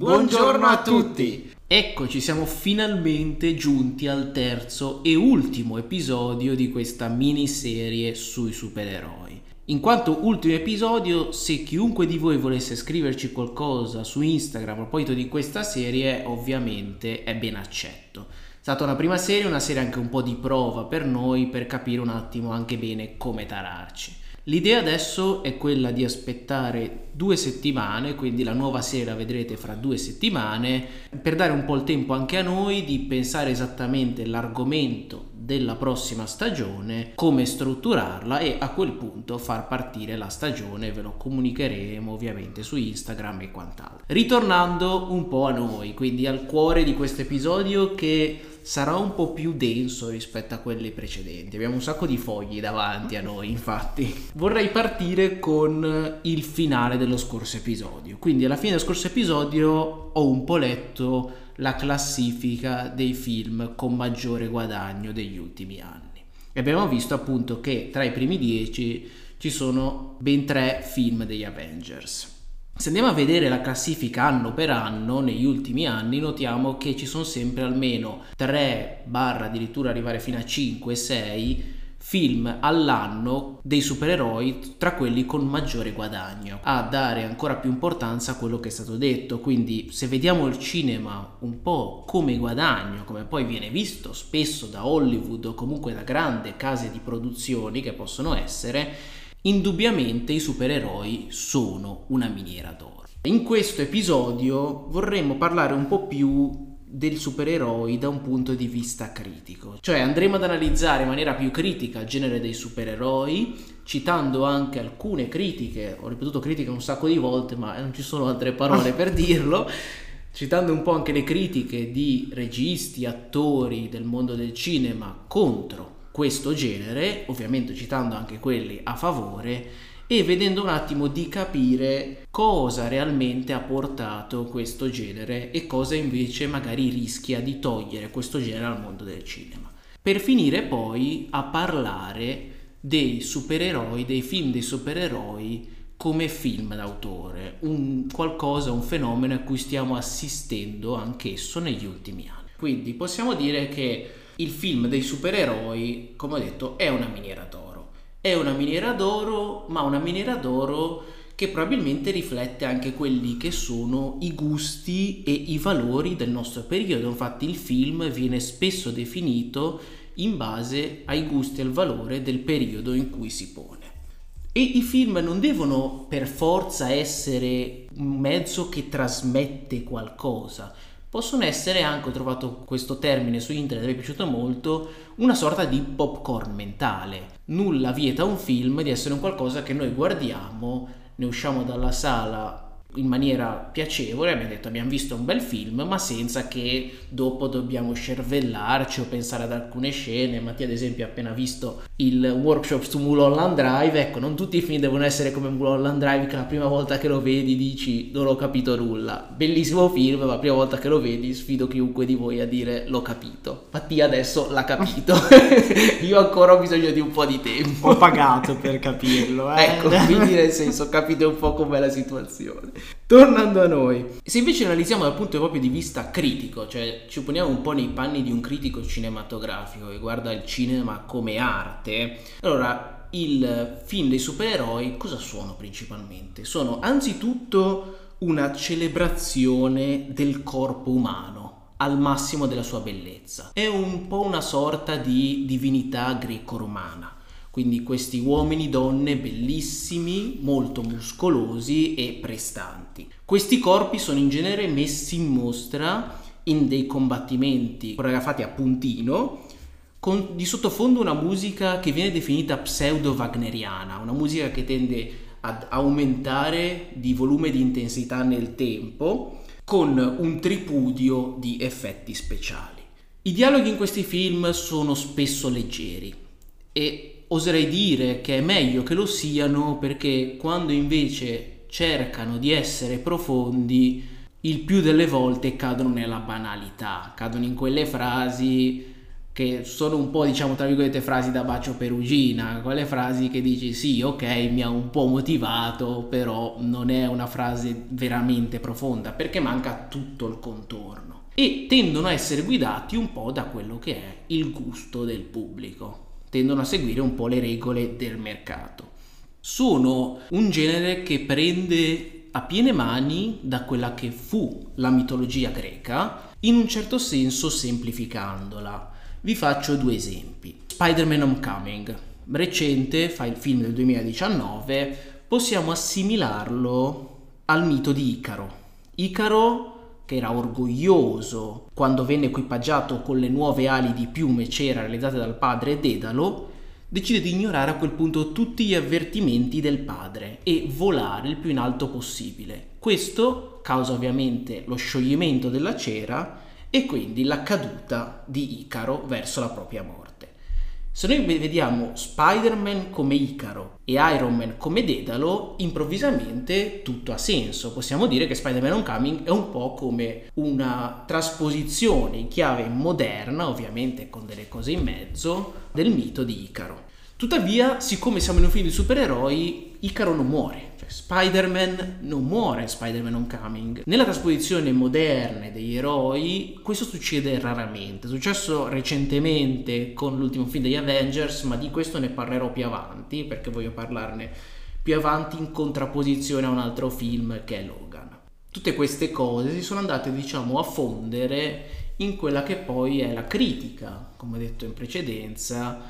Buongiorno a tutti! Eccoci, siamo finalmente giunti al terzo e ultimo episodio di questa miniserie sui supereroi. In quanto ultimo episodio, se chiunque di voi volesse scriverci qualcosa su Instagram a proposito di questa serie, ovviamente è ben accetto. È stata una prima serie, una serie anche un po' di prova per noi, per capire un attimo anche bene come tararci. L'idea adesso è quella di aspettare 2 settimane, quindi la nuova serie la vedrete fra 2 settimane, per dare un po' il tempo anche a noi di pensare esattamente l'argomento della prossima stagione, come strutturarla e a quel punto far partire la stagione. Ve lo comunicheremo ovviamente su Instagram e quant'altro. Ritornando un po' a noi, quindi al cuore di questo episodio, che sarà un po' più denso rispetto a quelli precedenti. Abbiamo un sacco di fogli davanti a noi, infatti. Vorrei partire con il finale dello scorso episodio. Quindi alla fine dello scorso episodio ho un po' letto la classifica dei film con maggiore guadagno degli ultimi anni. E abbiamo visto appunto che tra i primi 10 ci sono ben 3 film degli Avengers. Se andiamo a vedere la classifica anno per anno, negli ultimi anni, notiamo che ci sono sempre almeno 3 barra addirittura arrivare fino a 5-6 film all'anno dei supereroi, tra quelli con maggiore guadagno, a dare ancora più importanza a quello che è stato detto. Quindi se vediamo il cinema un po' come guadagno, come poi viene visto spesso da Hollywood o comunque da grandi case di produzioni che possono essere, indubbiamente i supereroi sono una miniera d'oro. In questo episodio vorremmo parlare un po' più del supereroi da un punto di vista critico, cioè andremo ad analizzare in maniera più critica il genere dei supereroi, citando anche alcune critiche. Ho ripetuto critica un sacco di volte, ma non ci sono altre parole per dirlo, citando un po' anche le critiche di registi, attori del mondo del cinema contro questo genere, ovviamente citando anche quelli a favore, e vedendo un attimo di capire cosa realmente ha portato questo genere e cosa invece magari rischia di togliere questo genere al mondo del cinema. Per finire poi a parlare dei supereroi, dei film dei supereroi come film d'autore, un fenomeno a cui stiamo assistendo anch'esso negli ultimi anni. Quindi possiamo dire che il film dei supereroi, come ho detto, è una miniera d'oro. È una miniera d'oro, ma una miniera d'oro che probabilmente riflette anche quelli che sono i gusti e i valori del nostro periodo. Infatti il film viene spesso definito in base ai gusti e al valore del periodo in cui si pone. E i film non devono per forza essere un mezzo che trasmette qualcosa. Possono essere anche, ho trovato questo termine su internet, mi è piaciuto molto, una sorta di popcorn mentale. Nulla vieta a un film di essere un qualcosa che noi guardiamo, ne usciamo dalla sala in maniera piacevole, abbiamo visto un bel film, ma senza che dopo dobbiamo scervellarci o pensare ad alcune scene. Mattia ad esempio ha appena visto il workshop su Mulholland Drive. Ecco, non tutti i film devono essere come Mulholland Drive, che la prima volta che lo vedi dici non ho capito nulla. Bellissimo film, ma la prima volta che lo vedi sfido chiunque di voi a dire l'ho capito. Mattia adesso l'ha capito. Io ancora ho bisogno di un po' di tempo. Ho pagato per capirlo. Ecco, quindi nel senso capite un po' com'è la situazione. Tornando a noi, se invece analizziamo dal punto proprio di vista critico, cioè ci poniamo un po' nei panni di un critico cinematografico che guarda il cinema come arte, allora il film dei supereroi cosa sono principalmente? Sono anzitutto una celebrazione del corpo umano al massimo della sua bellezza. È un po' una sorta di divinità greco-romana. Quindi questi uomini, donne bellissimi, molto muscolosi e prestanti. Questi corpi sono in genere messi in mostra in dei combattimenti coreografati a puntino, con di sottofondo una musica che viene definita pseudo-wagneriana, una musica che tende ad aumentare di volume e di intensità nel tempo, con un tripudio di effetti speciali. I dialoghi in questi film sono spesso leggeri e oserei dire che è meglio che lo siano, perché quando invece cercano di essere profondi, il più delle volte cadono nella banalità, cadono in quelle frasi che sono un po', diciamo, tra virgolette, frasi da bacio perugina, quelle frasi che dici sì, ok, mi ha un po' motivato, però non è una frase veramente profonda, perché manca tutto il contorno. E tendono a essere guidati un po' da quello che è il gusto del pubblico, tendono a seguire un po' le regole del mercato. Sono un genere che prende a piene mani da quella che fu la mitologia greca, in un certo senso semplificandola. Vi faccio 2 esempi. Spider-Man Homecoming, recente, fa il film del 2019, possiamo assimilarlo al mito di Icaro. Icaro, che era orgoglioso quando venne equipaggiato con le nuove ali di piume cera realizzate dal padre Dedalo, decide di ignorare a quel punto tutti gli avvertimenti del padre e volare il più in alto possibile. Questo causa ovviamente lo scioglimento della cera e quindi la caduta di Icaro verso la propria morte. Se noi vediamo Spider-Man come Icaro e Iron Man come Dedalo, improvvisamente tutto ha senso. Possiamo dire che Spider-Man Homecoming è un po' come una trasposizione in chiave moderna, ovviamente con delle cose in mezzo, del mito di Icaro. Tuttavia, siccome siamo in un film di supereroi, Icaro non muore. Spider-Man non muore, Spider-Man Homecoming. Nella trasposizione moderna degli eroi questo succede raramente. È successo recentemente con l'ultimo film degli Avengers, ma di questo ne parlerò più avanti, perché voglio parlarne più avanti in contrapposizione a un altro film che è Logan. Tutte queste cose si sono andate, diciamo, a fondere in quella che poi è la critica, come detto in precedenza,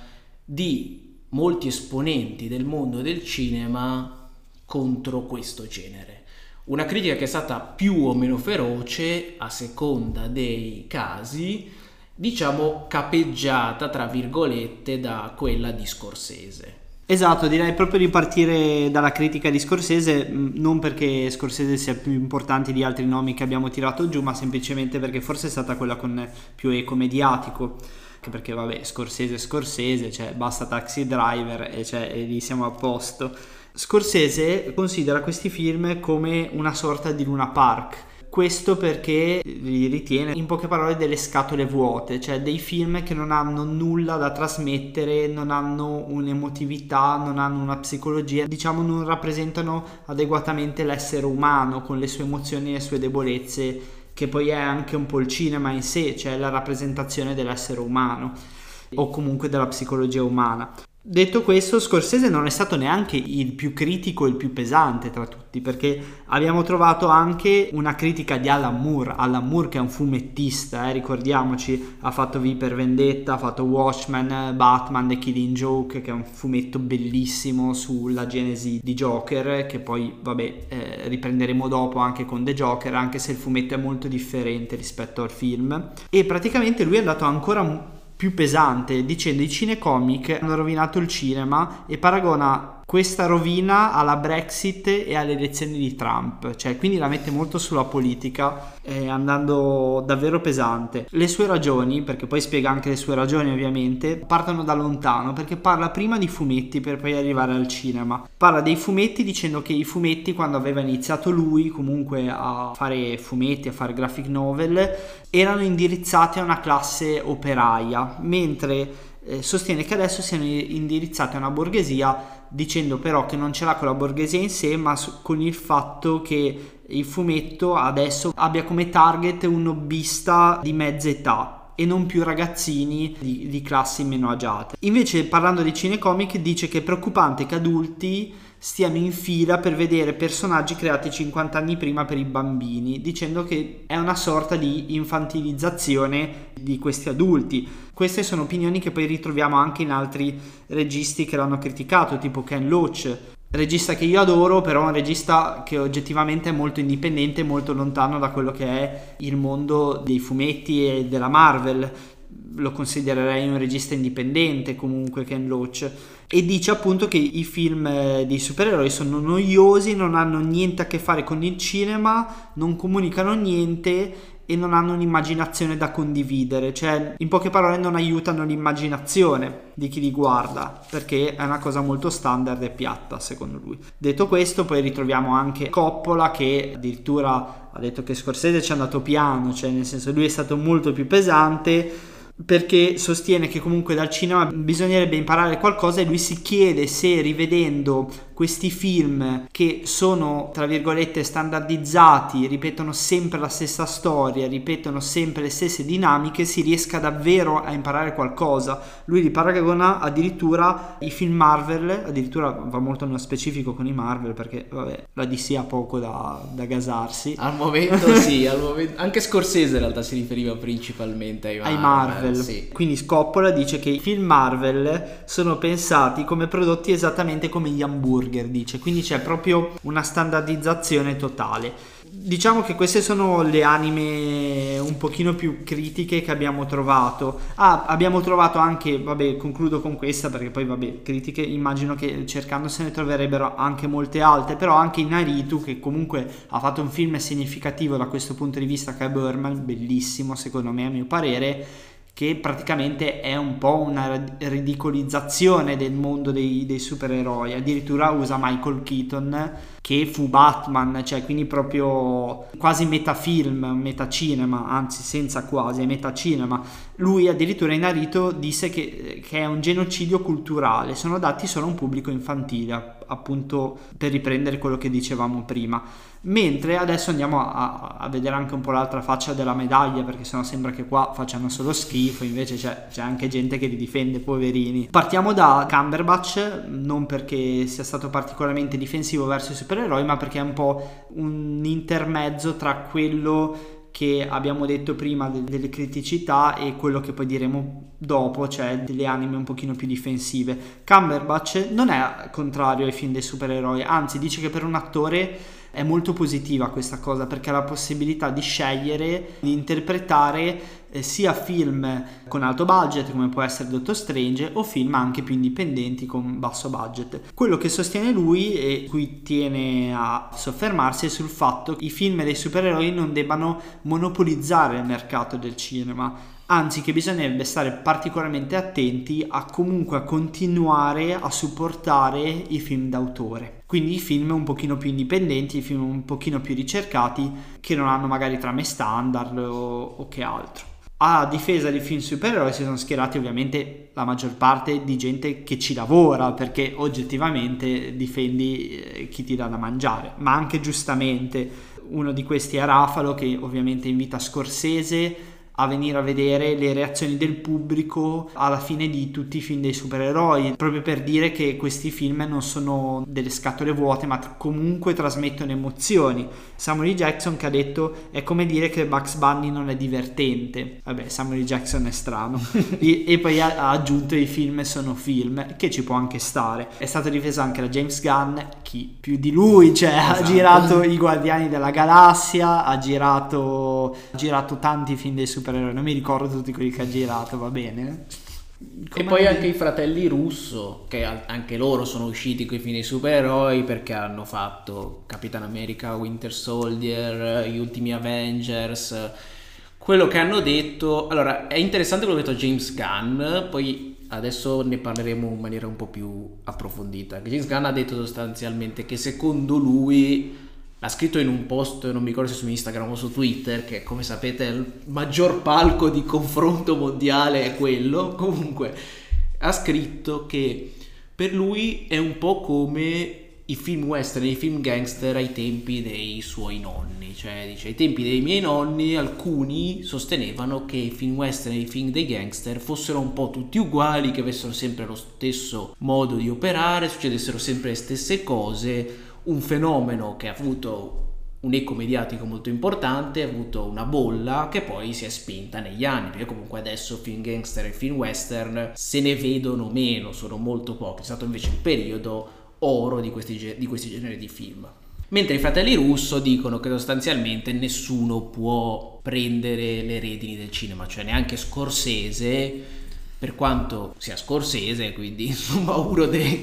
di molti esponenti del mondo del cinema contro questo genere. Una critica che è stata più o meno feroce a seconda dei casi, diciamo capeggiata tra virgolette da quella di Scorsese. Esatto, direi proprio di partire dalla critica di Scorsese, non perché Scorsese sia più importante di altri nomi che abbiamo tirato giù, ma semplicemente perché forse è stata quella con più eco mediatico. Anche perché vabbè, Scorsese, cioè basta Taxi Driver e lì siamo a posto. Scorsese considera questi film come una sorta di Luna Park. Questo perché li ritiene, in poche parole, delle scatole vuote, cioè dei film che non hanno nulla da trasmettere, non hanno un'emotività, non hanno una psicologia, diciamo non rappresentano adeguatamente l'essere umano con le sue emozioni e le sue debolezze, che poi è anche un po' il cinema in sé, cioè la rappresentazione dell'essere umano o comunque della psicologia umana. Detto questo, Scorsese non è stato neanche il più critico e il più pesante tra tutti, perché abbiamo trovato anche una critica di Alan Moore che è un fumettista, ricordiamoci, ha fatto V per Vendetta, ha fatto Watchmen, Batman, The Killing Joke, che è un fumetto bellissimo sulla genesi di Joker, che poi vabbè riprenderemo dopo anche con The Joker, anche se il fumetto è molto differente rispetto al film. E praticamente lui è andato ancora più pesante, dicendo i cinecomic hanno rovinato il cinema, e paragona questa rovina alla Brexit e alle elezioni di Trump, cioè quindi la mette molto sulla politica, andando davvero pesante. Le sue ragioni, perché poi spiega anche le sue ragioni ovviamente, partono da lontano, perché parla prima di fumetti per poi arrivare al cinema. Parla dei fumetti dicendo che i fumetti, quando aveva iniziato lui comunque a fare fumetti, a fare graphic novel, erano indirizzati a una classe operaia, mentre sostiene che adesso siano indirizzati a una borghesia, dicendo però che non ce l'ha con la borghesia in sé, ma con il fatto che il fumetto adesso abbia come target un hobbista di mezza età e non più ragazzini di classi meno agiate. Invece, parlando di cinecomic, dice che è preoccupante che adulti stiano in fila per vedere personaggi creati 50 anni prima per i bambini, dicendo che è una sorta di infantilizzazione di questi adulti. Queste sono opinioni che poi ritroviamo anche in altri registi che l'hanno criticato, tipo Ken Loach, regista che io adoro, però un regista che oggettivamente è molto indipendente, molto lontano da quello che è il mondo dei fumetti e della Marvel. Lo considererei un regista indipendente comunque, Ken Loach, e dice appunto che i film di supereroi sono noiosi, non hanno niente a che fare con il cinema, non comunicano niente e non hanno un'immaginazione da condividere, cioè in poche parole non aiutano l'immaginazione di chi li guarda, perché è una cosa molto standard e piatta secondo lui. Detto questo, poi ritroviamo anche Coppola, che addirittura ha detto che Scorsese ci è andato piano, cioè nel senso lui è stato molto più pesante. perché sostiene che comunque dal cinema bisognerebbe imparare qualcosa, e lui si chiede se rivedendo questi film che sono tra virgolette standardizzati, ripetono sempre la stessa storia, ripetono sempre le stesse dinamiche, si riesca davvero a imparare qualcosa. Lui li paragona addirittura i film Marvel, addirittura va molto nello specifico con i Marvel perché vabbè, la DC ha poco da gasarsi. Al momento sì, anche Scorsese in realtà si riferiva principalmente ai Marvel. Sì. Quindi Scoppola dice che i film Marvel sono pensati come prodotti esattamente come gli hamburger, dice, quindi c'è proprio una standardizzazione totale. Diciamo che queste sono le anime un pochino più critiche che abbiamo trovato. Abbiamo trovato anche, vabbè, concludo con questa perché poi vabbè, critiche immagino che cercando se ne troverebbero anche molte altre, però anche Inaritu, che comunque ha fatto un film significativo da questo punto di vista, che è Birdman, bellissimo secondo me, a mio parere, che praticamente è un po' una ridicolizzazione del mondo dei supereroi. Addirittura usa Michael Keaton che fu Batman, cioè quindi proprio quasi metafilm, metacinema, anzi senza quasi, è metacinema. Lui addirittura in Naruto disse che è un genocidio culturale, sono adatti solo a un pubblico infantile, appunto per riprendere quello che dicevamo prima. Mentre adesso andiamo a vedere anche un po' l'altra faccia della medaglia, perché sennò sembra che qua facciano solo schifo, invece c'è anche gente che li difende, poverini. Partiamo da Cumberbatch, non perché sia stato particolarmente difensivo verso i supereroi, ma perché è un po' un intermezzo tra quello che abbiamo detto prima delle criticità e quello che poi diremo dopo, cioè delle anime un pochino più difensive. Cumberbatch non è contrario ai film dei supereroi, anzi dice che per un attore è molto positiva questa cosa, perché ha la possibilità di scegliere, di interpretare sia film con alto budget come può essere Doctor Strange, o film anche più indipendenti con basso budget. Quello che sostiene lui e cui tiene a soffermarsi è sul fatto che i film dei supereroi non debbano monopolizzare il mercato del cinema, anzi che bisognerebbe stare particolarmente attenti a comunque continuare a supportare i film d'autore, quindi i film un pochino più indipendenti, i film un pochino più ricercati, che non hanno magari trame standard o che altro. A difesa dei film supereroi si sono schierati ovviamente la maggior parte di gente che ci lavora, perché oggettivamente difendi chi ti dà da mangiare, ma anche giustamente. Uno di questi è Rafalo, che ovviamente invita Scorsese a venire a vedere le reazioni del pubblico alla fine di tutti i film dei supereroi, proprio per dire che questi film non sono delle scatole vuote, ma comunque trasmettono emozioni. Samuel L. Jackson che ha detto: è come dire che Bugs Bunny non è divertente. Vabbè, Samuel L. Jackson è strano. e poi ha aggiunto: i film sono film, che ci può anche stare. È stato difeso anche da James Gunn, chi più di lui, cioè esatto. Ha girato I Guardiani della Galassia, ha girato tanti film dei supereroi, non mi ricordo tutti quelli che ha girato, va bene. E poi anche i fratelli Russo, che anche loro sono usciti coi film dei supereroi, perché hanno fatto Capitan America, Winter Soldier, gli ultimi Avengers. Quello che hanno detto, allora è interessante quello che ha detto James Gunn, poi adesso ne parleremo in maniera un po' più approfondita. James Gunn ha detto sostanzialmente che secondo lui, l'ha scritto in un post, non mi ricordo se su Instagram o su Twitter, che come sapete è il maggior palco di confronto mondiale, è quello. Comunque ha scritto che per lui è un po' come i film western e i film gangster ai tempi dei suoi nonni, cioè dice: ai tempi dei miei nonni alcuni sostenevano che i film western e i film dei gangster fossero un po' tutti uguali, che avessero sempre lo stesso modo di operare, succedessero sempre le stesse cose. Un fenomeno che ha avuto un eco mediatico molto importante, ha avuto una bolla che poi si è spinta negli anni, perché comunque adesso film gangster e film western se ne vedono meno, sono molto pochi. È stato invece il periodo oro di questi generi di film. Mentre i fratelli Russo dicono che sostanzialmente nessuno può prendere le redini del cinema, cioè neanche Scorsese, per quanto sia Scorsese, quindi insomma uno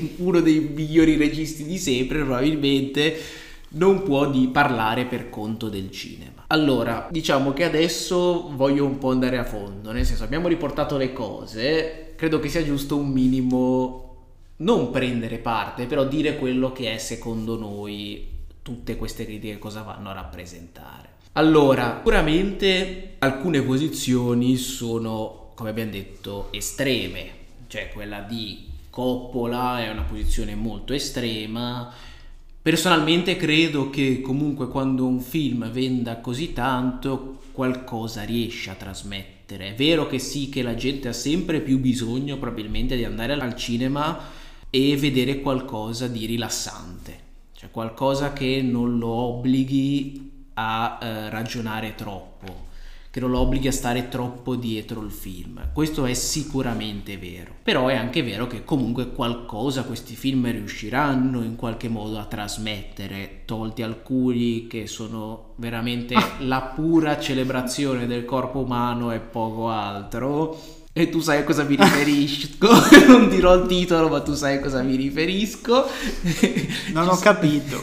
dei migliori registi di sempre, probabilmente non può parlare per conto del cinema. Allora, diciamo che adesso voglio un po' andare a fondo, nel senso, abbiamo riportato le cose, credo che sia giusto un minimo non prendere parte, però dire quello che è secondo noi tutte queste critiche cosa vanno a rappresentare. Allora, sicuramente alcune posizioni sono come abbiamo detto, estreme, cioè quella di Coppola è una posizione molto estrema. Personalmente credo che comunque quando un film venda così tanto qualcosa riesce a trasmettere. È vero che sì, che la gente ha sempre più bisogno probabilmente di andare al cinema e vedere qualcosa di rilassante, cioè qualcosa che non lo obblighi a ragionare troppo, che non lo obblighi a stare troppo dietro il film. Questo è sicuramente vero, però è anche vero che comunque qualcosa questi film riusciranno in qualche modo a trasmettere, tolti alcuni che sono veramente la pura celebrazione del corpo umano e poco altro. E tu sai a cosa mi riferisco. Non dirò il titolo, ma tu sai a cosa mi riferisco. Non ho capito.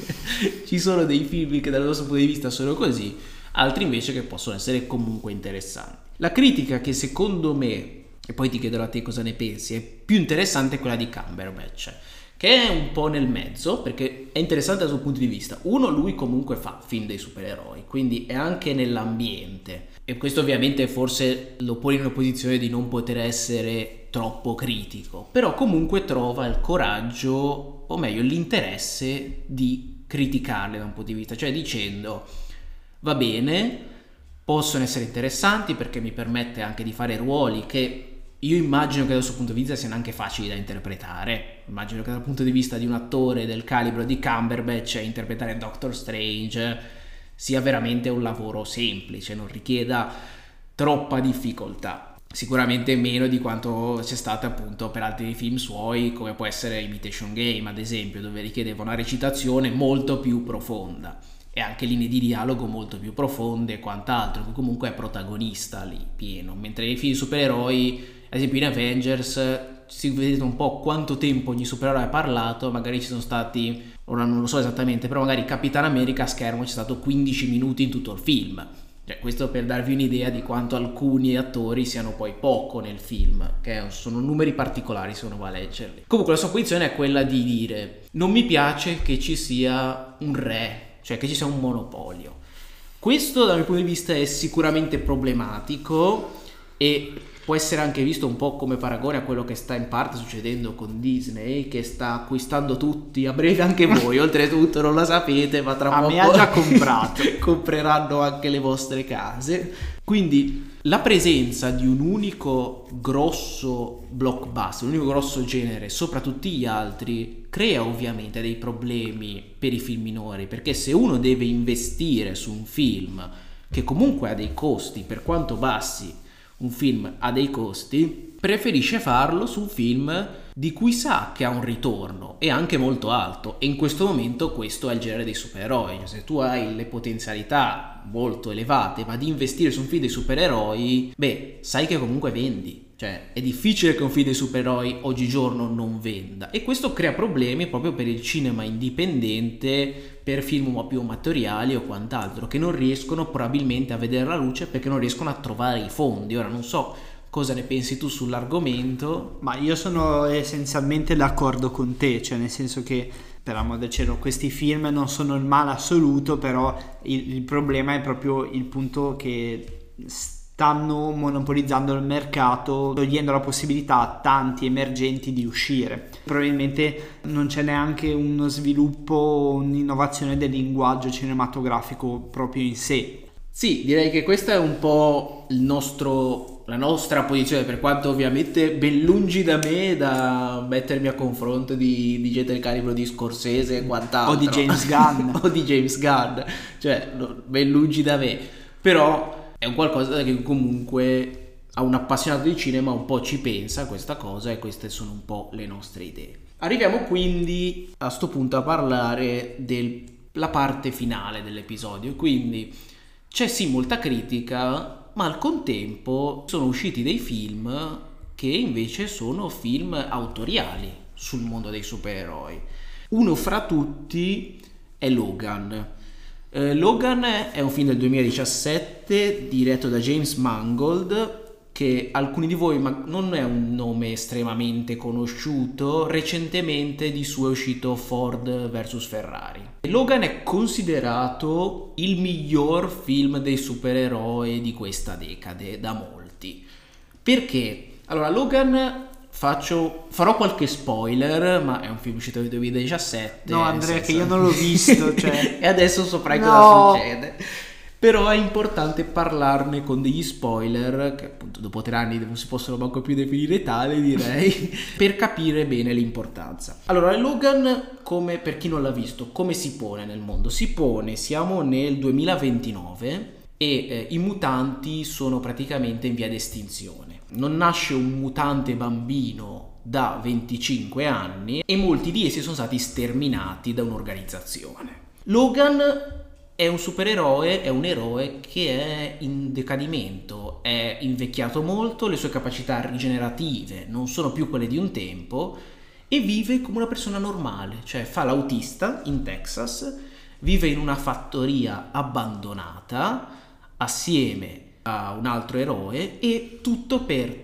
Ci sono dei film che dal nostro punto di vista sono così, altri invece che possono essere comunque interessanti. La critica che secondo me, e poi ti chiederò a te cosa ne pensi, è più interessante è quella di Cumberbatch, che è un po' nel mezzo, perché è interessante dal suo punto di vista. Uno, lui comunque fa film dei supereroi, quindi è anche nell'ambiente, e questo ovviamente forse lo pone in una posizione di non poter essere troppo critico, però comunque trova il coraggio, o meglio l'interesse di criticarle da un punto di vista, cioè dicendo va bene, possono essere interessanti perché mi permette anche di fare ruoli che io immagino che dal suo punto di vista siano anche facili da interpretare. Immagino che dal punto di vista di un attore del calibro di Cumberbatch interpretare Doctor Strange sia veramente un lavoro semplice, non richieda troppa difficoltà, sicuramente meno di quanto c'è stato appunto per altri film suoi, come può essere Imitation Game ad esempio, dove richiedeva una recitazione molto più profonda e anche linee di dialogo molto più profonde e quant'altro, che comunque è protagonista lì pieno, mentre nei film supereroi, ad esempio in Avengers, si vede un po' quanto tempo ogni supereroe ha parlato, magari ci sono stati, ora non lo so esattamente, però magari Capitan America a schermo c'è stato 15 minuti in tutto il film, cioè questo per darvi un'idea di quanto alcuni attori siano poi poco nel film, che sono numeri particolari se uno va a leggerli. Comunque la sua posizione è quella di dire non mi piace che ci sia un re, cioè che ci sia un monopolio. Questo dal mio punto di vista è sicuramente problematico e può essere anche visto un po' come paragone a quello che sta in parte succedendo con Disney, che sta acquistando tutti, a breve anche voi, oltretutto non lo sapete, ma tra poco me ha già comprato. compreranno anche le vostre case. Quindi la presenza di un unico grosso blockbuster, un unico grosso genere sopra tutti gli altri crea ovviamente dei problemi per i film minori, perché se uno deve investire su un film che comunque ha dei costi, per quanto bassi un film ha dei costi, preferisce farlo su un film di cui sa che ha un ritorno e anche molto alto, e in questo momento questo è il genere dei supereroi. Se tu hai le potenzialità molto elevate ma di investire su un film dei supereroi, beh, sai che comunque vendi, cioè è difficile che un film dei supereroi oggigiorno non venda, e questo crea problemi proprio per il cinema indipendente, per film un po' più amatoriali o quant'altro, che non riescono probabilmente a vedere la luce perché non riescono a trovare i fondi. Ora non so cosa ne pensi tu sull'argomento. Ma io sono essenzialmente d'accordo con te, cioè nel senso che, per amor del cielo, questi film non sono il male assoluto, però il problema è proprio il punto che stanno monopolizzando il mercato, togliendo la possibilità a tanti emergenti di uscire. Probabilmente non c'è neanche uno sviluppo, un'innovazione del linguaggio cinematografico proprio in sé. Sì, direi che questa è un po' la nostra posizione, per quanto ovviamente ben lungi da me da mettermi a confronto di gente del calibro di Scorsese e quant'altro. O di James Gunn. O di James Gunn, cioè ben lungi da me, però è un qualcosa che comunque a un appassionato di cinema un po' ci pensa a questa cosa, e queste sono un po' le nostre idee. Arriviamo quindi a sto punto a parlare della parte finale dell'episodio, quindi c'è sì molta critica, ma al contempo sono usciti dei film che invece sono film autoriali sul mondo dei supereroi. Uno fra tutti è Logan. Logan è un film del 2017 diretto da James Mangold, che alcuni di voi, ma non è un nome estremamente conosciuto. Recentemente di suo è uscito Ford vs Ferrari. Logan è considerato il miglior film dei supereroi di questa decade da molti, Perché? Allora, Logan farò qualche spoiler, ma è un film uscito nel 2017. No, Andrea, che io non l'ho visto, cioè. E adesso saprai No. cosa succede. Però è importante parlarne con degli spoiler, che appunto dopo 3 anni non si possono manco più definire tale, direi, per capire bene l'importanza. Allora, Logan, come per chi non l'ha visto, come si pone nel mondo? Si pone, siamo nel 2029 e i mutanti sono praticamente in via d'estinzione. Non nasce un mutante bambino da 25 anni e molti di essi sono stati sterminati da un'organizzazione. Logan è un supereroe, è un eroe che è in decadimento, è invecchiato molto, le sue capacità rigenerative non sono più quelle di un tempo e vive come una persona normale, cioè fa l'autista in Texas, vive in una fattoria abbandonata assieme a un altro eroe e tutto per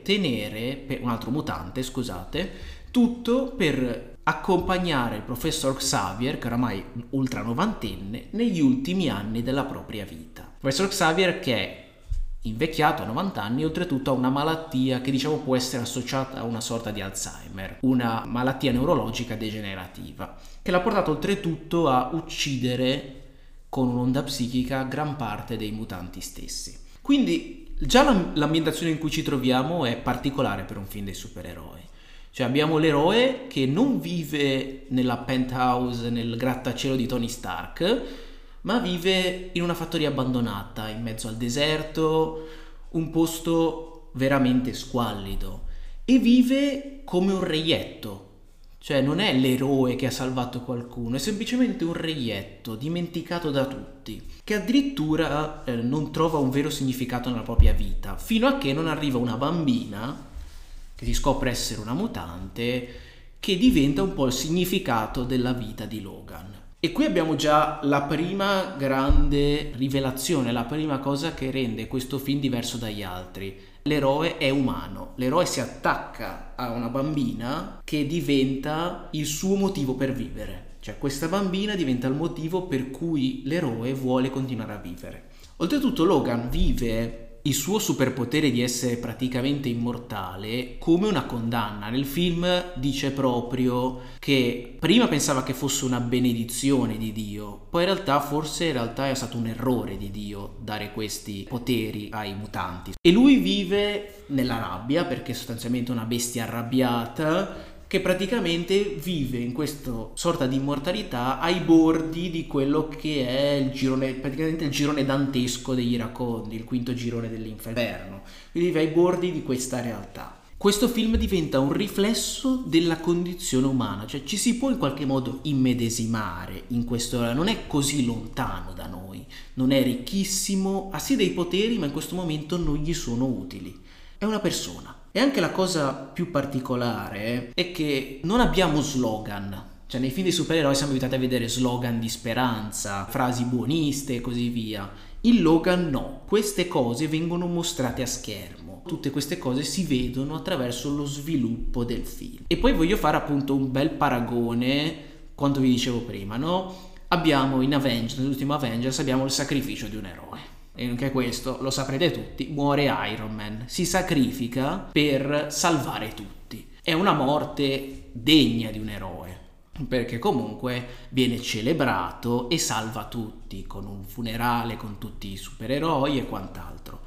un altro mutante, scusate, tutto per accompagnare il professor Xavier, che oramai è ultra novantenne, negli ultimi anni della propria vita. Il professor Xavier che è invecchiato a 90 anni, oltretutto ha una malattia che diciamo può essere associata a una sorta di Alzheimer, una malattia neurologica degenerativa, che l'ha portato oltretutto a uccidere con un'onda psichica gran parte dei mutanti stessi. Quindi già l'ambientazione in cui ci troviamo è particolare per un film dei supereroi. Cioè abbiamo l'eroe che non vive nella penthouse, nel grattacielo di Tony Stark, ma vive in una fattoria abbandonata, in mezzo al deserto, un posto veramente squallido, e vive come un reietto. Cioè non è l'eroe che ha salvato qualcuno, è semplicemente un reietto dimenticato da tutti, che addirittura non trova un vero significato nella propria vita, fino a che non arriva una bambina che si scopre essere una mutante, che diventa un po' il significato della vita di Logan. E qui abbiamo già la prima grande rivelazione, la prima cosa che rende questo film diverso dagli altri. L'eroe è umano, l'eroe si attacca a una bambina che diventa il suo motivo per vivere. Cioè questa bambina diventa il motivo per cui l'eroe vuole continuare a vivere. Oltretutto Logan vive il suo superpotere di essere praticamente immortale come una condanna. Nel film dice proprio che prima pensava che fosse una benedizione di Dio, poi in realtà è stato un errore di Dio dare questi poteri ai mutanti. E lui vive nella rabbia perché è sostanzialmente una bestia arrabbiata che praticamente vive in questa sorta di immortalità ai bordi di quello che è il girone, praticamente il girone dantesco degli Iracondi, il quinto girone dell'inferno. Quindi vive ai bordi di questa realtà. Questo film diventa un riflesso della condizione umana, cioè ci si può in qualche modo immedesimare in questo, non è così lontano da noi, non è ricchissimo, ha sì dei poteri ma in questo momento non gli sono utili, è una persona. E anche la cosa più particolare è che non abbiamo slogan, cioè nei film dei supereroi siamo abituati a vedere slogan di speranza, frasi buoniste e così via. In Logan no, queste cose vengono mostrate a schermo, tutte queste cose si vedono attraverso lo sviluppo del film. E poi voglio fare appunto un bel paragone, quanto vi dicevo prima, no? Abbiamo in Avengers, nell'ultimo Avengers abbiamo il sacrificio di un eroe. E anche questo lo saprete tutti, muore Iron Man, si sacrifica per salvare tutti. È una morte degna di un eroe, perché comunque viene celebrato e salva tutti, con un funerale, con tutti i supereroi e quant'altro.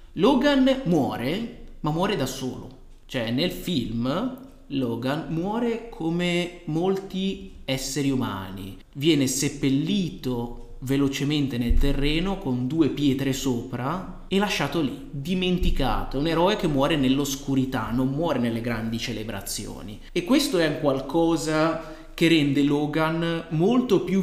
Logan muore, ma muore da solo. Cioè nel film Logan muore come molti esseri umani, viene seppellito velocemente nel terreno con 2 pietre sopra e lasciato lì, dimenticato. È un eroe che muore nell'oscurità, non muore nelle grandi celebrazioni, e questo è un qualcosa che rende Logan molto più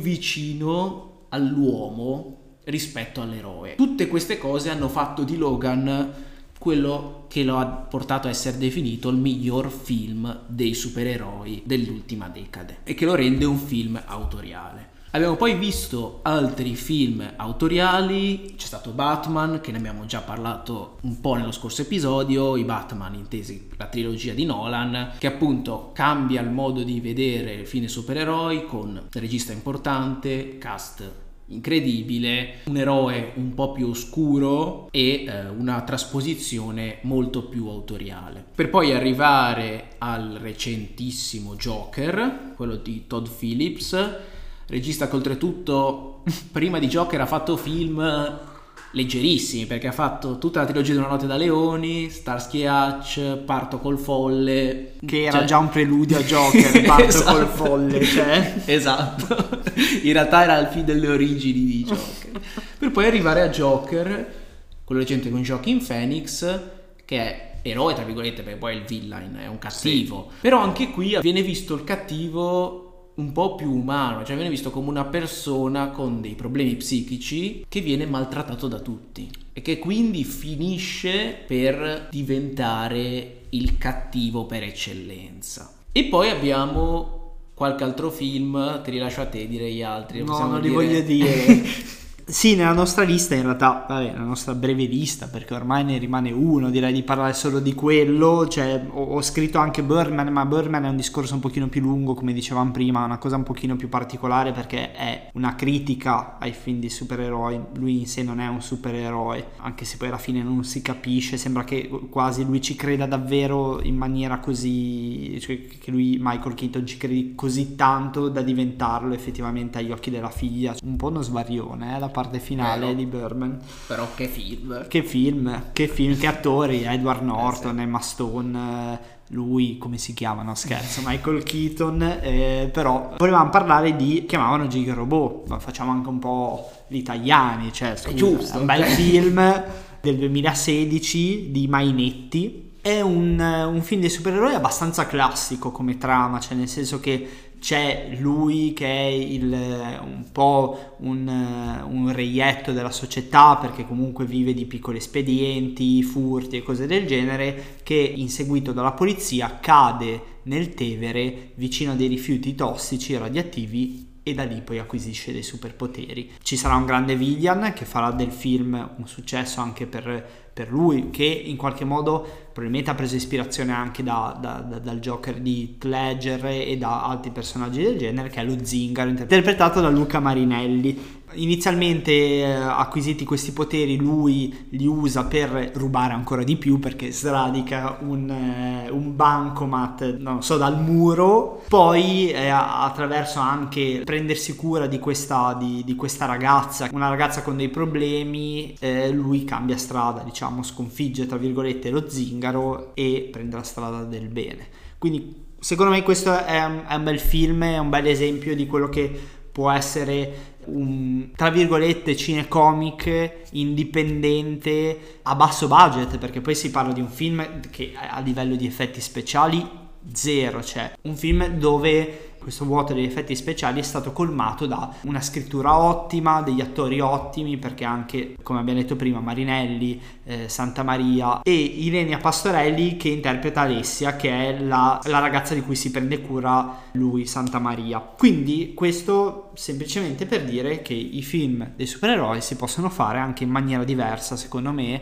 vicino all'uomo rispetto all'eroe. Tutte queste cose hanno fatto di Logan quello che lo ha portato a essere definito il miglior film dei supereroi dell'ultima decade e che lo rende un film autoriale. Abbiamo poi visto altri film autoriali, c'è stato Batman, che ne abbiamo già parlato un po' nello scorso episodio, i Batman intesi la trilogia di Nolan, che appunto cambia il modo di vedere il film dei supereroi con regista importante, cast incredibile, un eroe un po' più oscuro e una trasposizione molto più autoriale, per poi arrivare al recentissimo Joker, quello di Todd Phillips, regista che oltretutto prima di Joker ha fatto film leggerissimi, perché ha fatto tutta la trilogia di Una notte da leoni, Starsky e Hutch, Parto col folle, che era già un preludio a Joker. Parto esatto. col folle, cioè. Esatto, in realtà era il film delle origini di Joker, per poi arrivare a Joker, quello recente con Joaquin Phoenix, che è eroe tra virgolette, perché poi è il villain, è un cattivo, sì. Però anche qui viene visto il cattivo un po' più umano, cioè viene visto come una persona con dei problemi psichici che viene maltrattato da tutti e che quindi finisce per diventare il cattivo per eccellenza. E poi abbiamo qualche altro film, ti rilascio a te, direi altri. No, non li voglio dire. Sì, nella nostra lista in realtà, vabbè, la nostra breve lista, perché ormai ne rimane uno, direi di parlare solo di quello, cioè ho scritto anche Birdman, ma Birdman è un discorso un pochino più lungo, come dicevamo prima, una cosa un pochino più particolare perché è una critica ai film di supereroi, lui in sé non è un supereroe, anche se poi alla fine non si capisce, sembra che quasi lui ci creda davvero in maniera così, cioè che lui, Michael Keaton, ci credi così tanto da diventarlo effettivamente agli occhi della figlia, un po' uno svarione, la parte finale di Birdman. Però che film, che attori, Edward Norton, Emma Stone, lui come si chiama, no scherzo, Michael Keaton, però volevamo parlare di, chiamavano Giga Robot, ma facciamo anche un po' gli italiani, cioè scusa, è giusto, un bel film del 2016 di Mainetti. È un film dei supereroi abbastanza classico come trama, cioè nel senso che c'è lui che è un po' un reietto della società, perché comunque vive di piccoli espedienti, furti e cose del genere, che inseguito dalla polizia cade nel Tevere vicino a dei rifiuti tossici e radioattivi e da lì poi acquisisce dei superpoteri. Ci sarà un grande villain che farà del film un successo anche per lui, che in qualche modo probabilmente ha preso ispirazione anche dal Joker di Heath Ledger e da altri personaggi del genere, che è lo Zingaro, interpretato da Luca Marinelli. Inizialmente acquisiti questi poteri lui li usa per rubare ancora di più, perché sradica un bancomat, non so, dal muro, poi attraverso anche prendersi cura di questa ragazza, una ragazza con dei problemi, lui cambia strada, diciamo, sconfigge tra virgolette lo Zingaro e prende la strada del bene. Quindi secondo me questo è un bel film, è un bel esempio di quello che può essere un, tra virgolette, cinecomic indipendente a basso budget, perché poi si parla di un film che a livello di effetti speciali zero, cioè un film dove questo vuoto degli effetti speciali è stato colmato da una scrittura ottima, degli attori ottimi, perché anche, come abbiamo detto prima, Marinelli, Santamaria e Ilenia Pastorelli che interpreta Alessia, che è la ragazza di cui si prende cura lui, Santamaria. Quindi questo semplicemente per dire che i film dei supereroi si possono fare anche in maniera diversa, secondo me,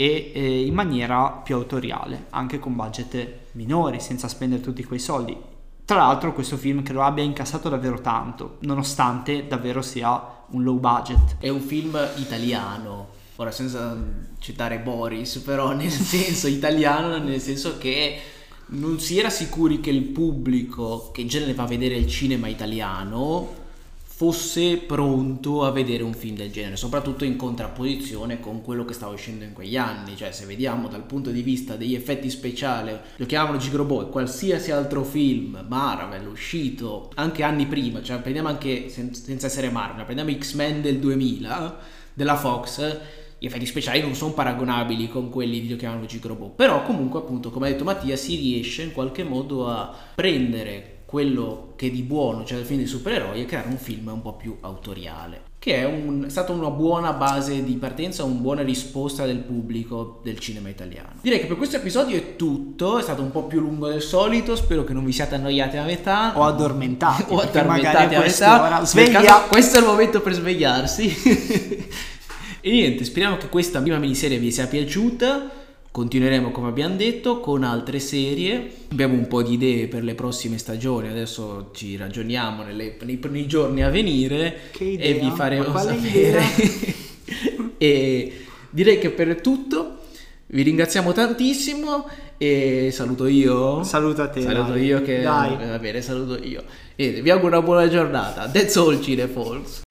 e in maniera più autoriale, anche con budget minori, senza spendere tutti quei soldi. Tra l'altro questo film credo abbia incassato davvero tanto, nonostante davvero sia un low budget. È un film italiano, ora senza citare Boris, però nel senso italiano, nel senso che non si era sicuri che il pubblico che in genere va a vedere il cinema italiano fosse pronto a vedere un film del genere, soprattutto in contrapposizione con quello che stava uscendo in quegli anni. Cioè, se vediamo dal punto di vista degli effetti speciali, lo chiamano Gigrobot, qualsiasi altro film Marvel uscito anche anni prima, cioè prendiamo anche senza essere Marvel, prendiamo X-Men del 2000 della Fox, gli effetti speciali non sono paragonabili con quelli di Lo chiamano Gigrobot, però comunque, appunto, come ha detto Mattia, si riesce in qualche modo a prendere quello che di buono c'è nel film dei supereroi e creare un film un po' più autoriale, che è stata una buona base di partenza, una buona risposta del pubblico del cinema italiano. Direi che per questo episodio è tutto, è stato un po' più lungo del solito, spero che non vi siate annoiati a metà o addormentati magari a metà. Sveglia, questo è il momento per svegliarsi. E niente, speriamo che questa prima miniserie vi sia piaciuta. Continueremo, come abbiamo detto, con altre serie. Abbiamo un po' di idee per le prossime stagioni. Adesso ci ragioniamo nei giorni a venire Che idea? e vi faremo Ma quale sapere. idea? E direi che per tutto vi ringraziamo tantissimo e saluto io. Saluto a te. Saluto dai. io che Dai. va bene, saluto io. E vi auguro una buona giornata. That's all, Cinefolks.